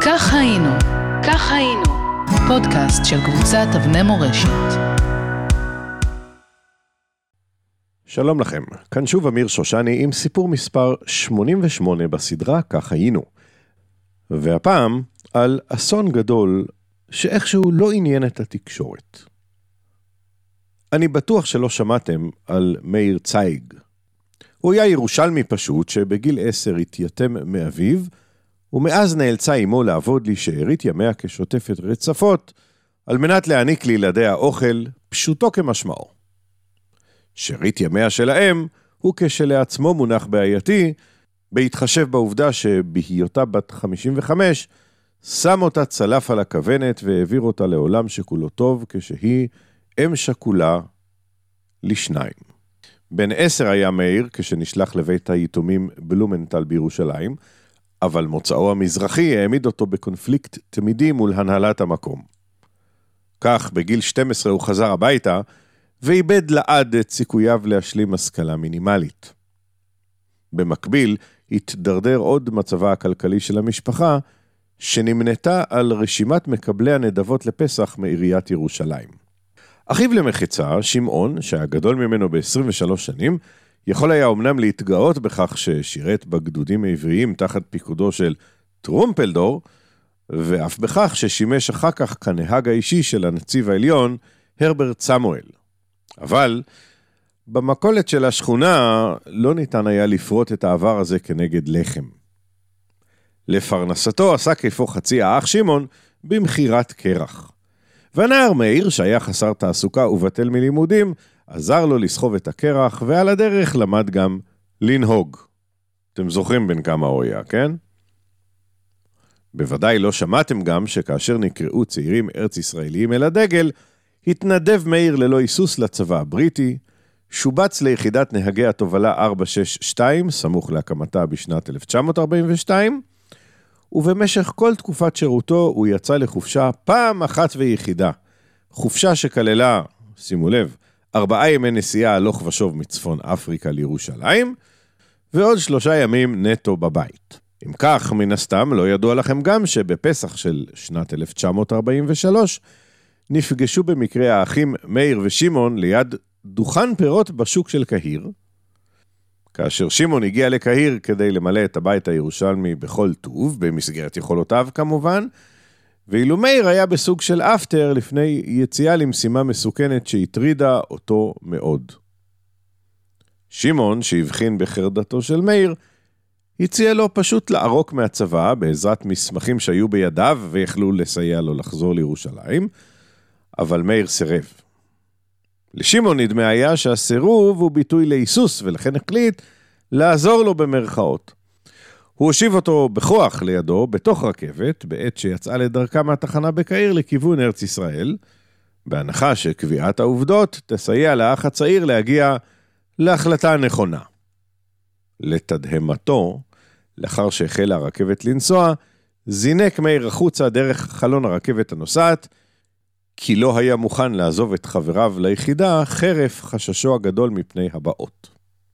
כך היינו, כך היינו, פודקאסט של קבוצת אבני מורשת. שלום לכם, כאן שוב אמיר שושני עם סיפור מספר 88 בסדרה כך היינו. והפעם על אסון גדול שאיכשהו לא עניין את התקשורת. אני בטוח שלא שמעתם על מאיר צייג. הוא היה ירושלמי פשוט שבגיל 10 התייתם מאביו, ומאז נאלצה עמו לעבוד לשארית ימיה כשוטפת רצפות, על מנת להעניק לילדיה אוכל, פשוטו כמשמעו. שארית ימיה של האם הוא כשלעצמו מונח בעייתי, בהתחשב בעובדה שבהיותה בת 55, שם אותה צלף על הכוונת והעביר אותה לעולם שכולו טוב, כשהיא אם שכולה לשניים. בן 10 היה מאיר כשנשלח לבית היתומים בלומנטל בירושלים, אבל מוצאו המזרחי העמיד אותו בקונפליקט תמידי מול הנהלת המקום. כך בגיל 12 הוא חזר הביתה, ואיבד לעד את סיכוייו להשלים השכלה מינימלית. במקביל התדרדר עוד מצבה הכלכלי של המשפחה, שנמנתה על רשימת מקבלי הנדבות לפסח מעיריית ירושלים. אחיו למחיצה, שמעון, שהיה גדול ממנו ב-23 שנים, יכול היה אומנם להתגאות בכך ששירת בגדודים העבריים תחת פיקודו של טרומפלדור, ואף בכך ששימש אחר כך כנהג האישי של הנציב העליון, הרברט סמואל. אבל במכולת של השכונה לא ניתן היה לפרוט את העבר הזה כנגד לחם. לפרנסתו עסק איפה חצי האח שמעון במחירת קרח. והנער מאיר, שהיה חסר תעסוקה ובטל מלימודים, עזר לו לסחוב את הקרח, ועל הדרך למד גם לנהוג. אתם זוכרים בין כמה הוא היה, כן? בוודאי לא שמעתם גם שכאשר נקראו צעירים ארץ ישראליים אל הדגל, התנדב מאיר ללא היסוס לצבא הבריטי, שובץ ליחידת נהגי התובלה 462, סמוך להקמתה בשנת 1942, ובמשך כל תקופת שירותו הוא יצא לחופשה פעם אחת ויחידה. חופשה שכללה, שימו לב, 4 ימי נסיעה הלוך ושוב מצפון אפריקה לירושלים, ועוד 3 ימים נטו בבית. אם כך, מן הסתם, לא ידוע לכם גם שבפסח של שנת 1943, נפגשו במקרה האחים מאיר ושמעון ליד דוכן פירות בשוק של קהיר, כאשר שמעון הגיע לקהיר כדי למלא את הבית הירושלמי בכל טוב, במסגרת יכולותיו כמובן, ואילו מאיר היה בסוג של אפטר לפני יציאה למשימה מסוכנת שהטרידה אותו מאוד. שמעון, שהבחין בחרדתו של מאיר, הציע לו פשוט לערוק מהצבא בעזרת מסמכים שהיו בידיו ויכלו לסייע לו לחזור לירושלים, אבל מאיר סירב. לשמעון נדמה היה שהסירוב הוא ביטוי להיסוס, ולכן החליט לעזור לו במרכאות. הוא הושיב אותו בכוח לידו בתוך רכבת, בעת שיצאה לדרכה מהתחנה בקהיר לכיוון ארץ ישראל, בהנחה שקביעת העובדות תסייע לאח הצעיר להגיע להחלטה נכונה. לתדהמתו, לאחר שהחלה הרכבת לנסוע, זינק מאיר החוצה דרך חלון הרכבת הנוסעת, כי לא היה מוכן לעזוב את חבריו ליחידה, חרף חששו הגדול מפני הבאות.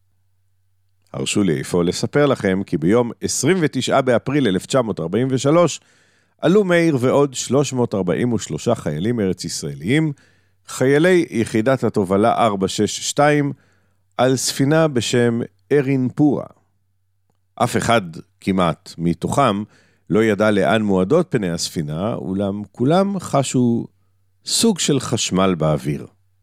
הרשו לי איפה לספר לכם כי ביום 29 באפריל 1943, עלו מאיר ועוד 343 חיילים ארץ ישראליים, חיילי יחידת התובלה 462, על ספינה בשם ארין פורה. אף אחד כמעט מתוכם לא ידע לאן מועדות פני הספינה, אולם כולם חשו סוג של חשמל באוויר.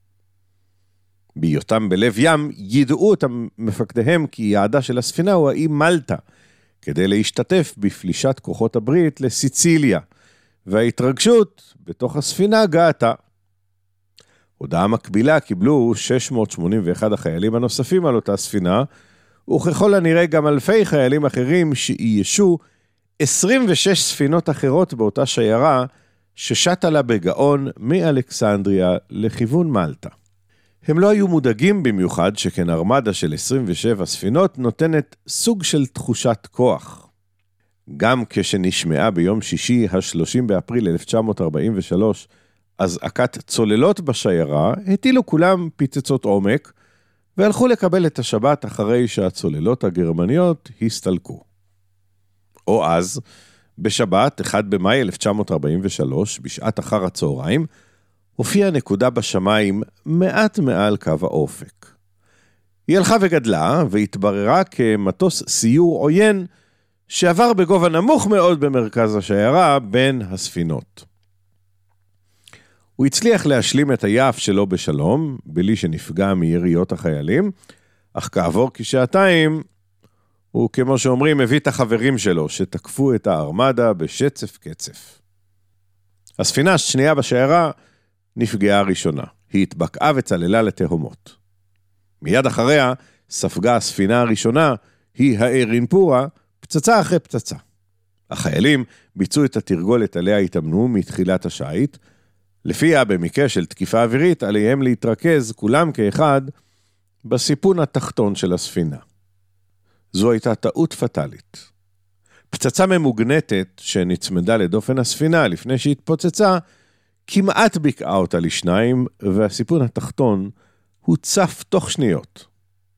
בהיותם בלב ים, ידעו אותם מפקדיהם כי יעדה של הספינה הוא האי מלטה, כדי להשתתף בפלישת כוחות הברית לסיציליה, וההתרגשות בתוך הספינה געתה. הודעה מקבילה קיבלו 681 החיילים הנוספים על אותה ספינה, וככל הנראה גם אלפי חיילים אחרים שאיישו 26 ספינות אחרות באותה שיירה, ששטה לה בגאון מאלכסנדריה לכיוון מלטה. הם לא היו מודאגים במיוחד שכן ארמדה של 27 ספינות נותנת סוג של תחושת כוח. גם כשנשמעה ביום שישי ה-30 באפריל 1943 אזעקת צוללות בשיירה, הטילו כולם פיצצות עומק, והלכו לקבל את השבת אחרי שהצוללות הגרמניות הסתלקו. או אז, בשבת, 1 במאי 1943, בשעת אחר הצהריים, הופיעה נקודה בשמיים מעט מעל קו האופק. היא הלכה וגדלה והתבררה כמטוס סיור עוין שעבר בגובה נמוך מאוד במרכז השיירה בין הספינות. הוא הצליח להשלים את היעף שלו בשלום, בלי שנפגע מיריות החיילים, אך כעבור כשעתיים, הוא כמו שאומרים הביא את החברים שלו שתקפו את הארמדה בשצף קצף. הספינה השנייה בשיירה נפגעה ראשונה. היא התבקעה וצללה לתהומות. מיד אחריה ספגה הספינה הראשונה, היא הארינפורה, פצצה אחרי פצצה. החיילים ביצעו את התרגולת עליה התאמנו מתחילת השייט, לפיה במקרה של תקיפה אווירית עליהם להתרכז כולם כאחד בסיפון התחתון של הספינה. זו הייתה טעות פטלית. פצצה ממוגנטת שנצמדה לדופן הספינה לפני שהתפוצצה, כמעט בקעה אותה לשניים, והסיפון התחתון הוצף תוך שניות.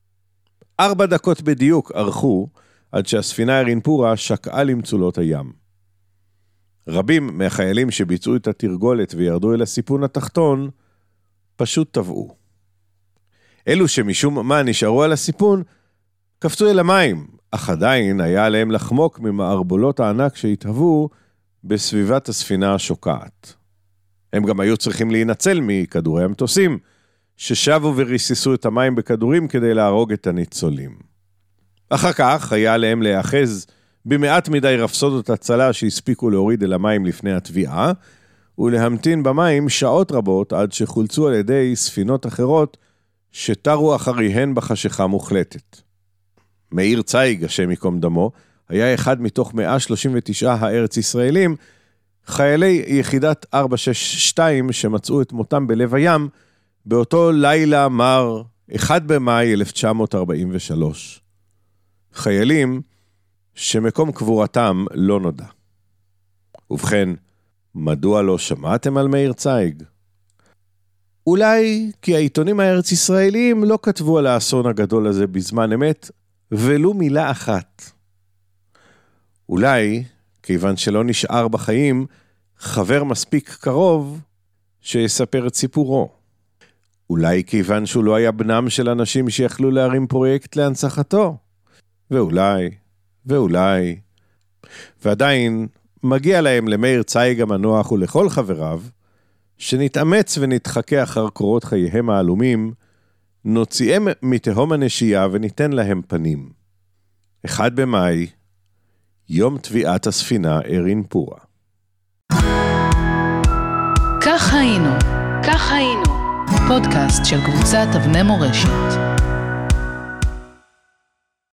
4 דקות בדיוק ערכו עד שהספינה ארינפורה שקעה למצולות הים. רבים מהחיילים שביצעו את התרגולת וירדו אל הסיפון התחתון, פשוט טבעו. אלו שמשום מה נשארו על הסיפון, קפצו אל המים, אך עדיין היה עליהם לחמוק ממערבולות הענק שהתהוו בסביבת הספינה השוקעת. הם גם היו צריכים להינצל מכדורי המטוסים, ששבו וריססו את המים בכדורים כדי להרוג את הניצולים. אחר כך היה עליהם להיאחז במעט מדי רפסודות הצלה שהספיקו להוריד אל המים לפני התביעה, ולהמתין במים שעות רבות עד שחולצו על ידי ספינות אחרות שתרו אחריהן בחשיכה מוחלטת. מאיר צייג, השם יקום דמו, היה אחד מתוך 139 הארץ ישראלים, חיילי יחידת 462 שמצאו את מותם בלב הים, באותו לילה מר 1 במאי 1943. חיילים שמקום קבורתם לא נודע. ובכן, מדוע לא שמעתם על מאיר צייג? אולי כי העיתונים הארץ ישראלים לא כתבו על האסון הגדול הזה בזמן אמת, ולו מילה אחת. אולי, כיוון שלא נשאר בחיים, חבר מספיק קרוב שיספר את סיפורו. אולי כיוון שהוא לא היה בנם של אנשים שיכלו להרים פרויקט להנצחתו. ואולי. ועדיין מגיע להם למאיר צייג המנוח ולכל חבריו, שנתאמץ ונתחכה אחר קורות חייהם העלומים, נוציאם מתהום הנשייה וניתן להם פנים. 1 במאי, יום תביעת הספינה ארינפורה. כך היינו. פודקאסט של קבוצת אבני מורשת.